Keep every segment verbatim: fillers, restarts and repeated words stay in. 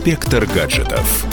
Инспектор гаджетов.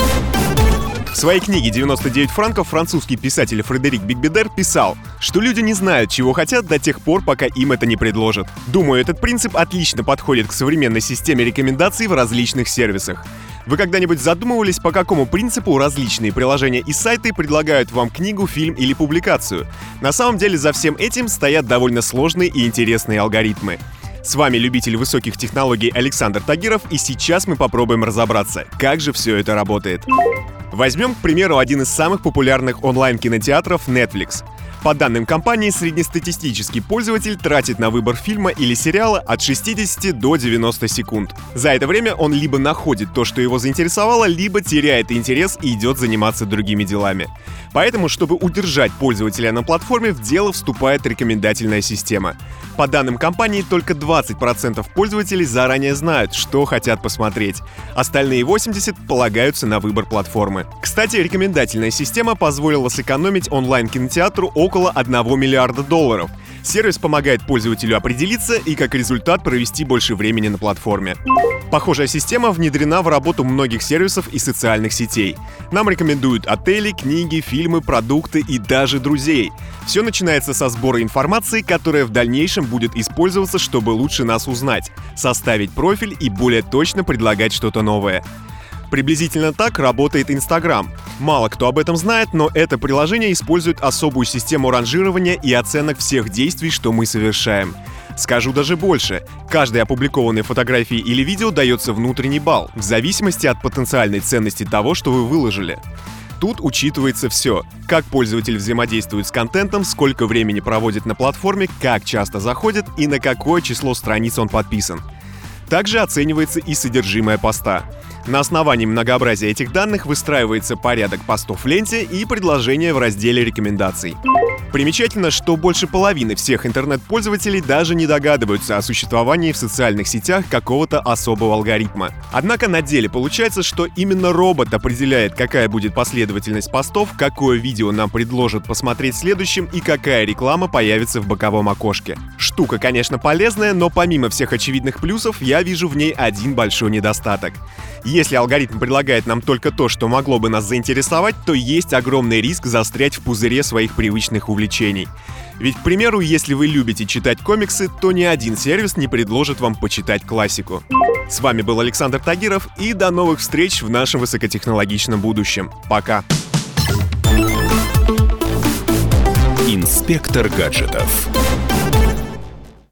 В своей книге «девяносто девять франков» французский писатель Фредерик Бигбедер писал, что люди не знают, чего хотят до тех пор, пока им это не предложат. Думаю, этот принцип отлично подходит к современной системе рекомендаций в различных сервисах. Вы когда-нибудь задумывались, по какому принципу различные приложения и сайты предлагают вам книгу, фильм или публикацию? На самом деле за всем этим стоят довольно сложные и интересные алгоритмы. С вами любитель высоких технологий Александр Тагиров, и сейчас мы попробуем разобраться, как же все это работает. Возьмем, к примеру, один из самых популярных онлайн-кинотеатров — Netflix. По данным компании, среднестатистический пользователь тратит на выбор фильма или сериала от шестидесяти до девяноста секунд. За это время он либо находит то, что его заинтересовало, либо теряет интерес и идет заниматься другими делами. Поэтому, чтобы удержать пользователя на платформе, в дело вступает рекомендательная система. По данным компании, только двадцать процентов пользователей заранее знают, что хотят посмотреть. Остальные восемьдесят процентов полагаются на выбор платформы. Кстати, рекомендательная система позволила сэкономить онлайн-кинотеатру около одного миллиарда долларов. Сервис помогает пользователю определиться и, как результат, провести больше времени на платформе. Похожая система внедрена в работу многих сервисов и социальных сетей. Нам рекомендуют отели, книги, фильмы, продукты и даже друзей. Все начинается со сбора информации, которая в дальнейшем будет использоваться, чтобы лучше нас узнать, составить профиль и более точно предлагать что-то новое. Приблизительно так работает Instagram. Мало кто об этом знает, но это приложение использует особую систему ранжирования и оценок всех действий, что мы совершаем. Скажу даже больше. Каждой опубликованной фотографии или видео дается внутренний балл, в зависимости от потенциальной ценности того, что вы выложили. Тут учитывается все. Как пользователь взаимодействует с контентом, сколько времени проводит на платформе, как часто заходит и на какое число страниц он подписан. Также оценивается и содержимое поста. На основании многообразия этих данных выстраивается порядок постов в ленте и предложения в разделе рекомендаций. Примечательно, что больше половины всех интернет-пользователей даже не догадываются о существовании в социальных сетях какого-то особого алгоритма. Однако на деле получается, что именно робот определяет, какая будет последовательность постов, какое видео нам предложат посмотреть следующим и какая реклама появится в боковом окошке. Штука, конечно, полезная, но помимо всех очевидных плюсов, я вижу в ней один большой недостаток. Если алгоритм предлагает нам только то, что могло бы нас заинтересовать, то есть огромный риск застрять в пузыре своих привычных увлечений. Ведь, к примеру, если вы любите читать комиксы, то ни один сервис не предложит вам почитать классику. С вами был Александр Тагиров, и до новых встреч в нашем высокотехнологичном будущем. Пока! Инспектор гаджетов.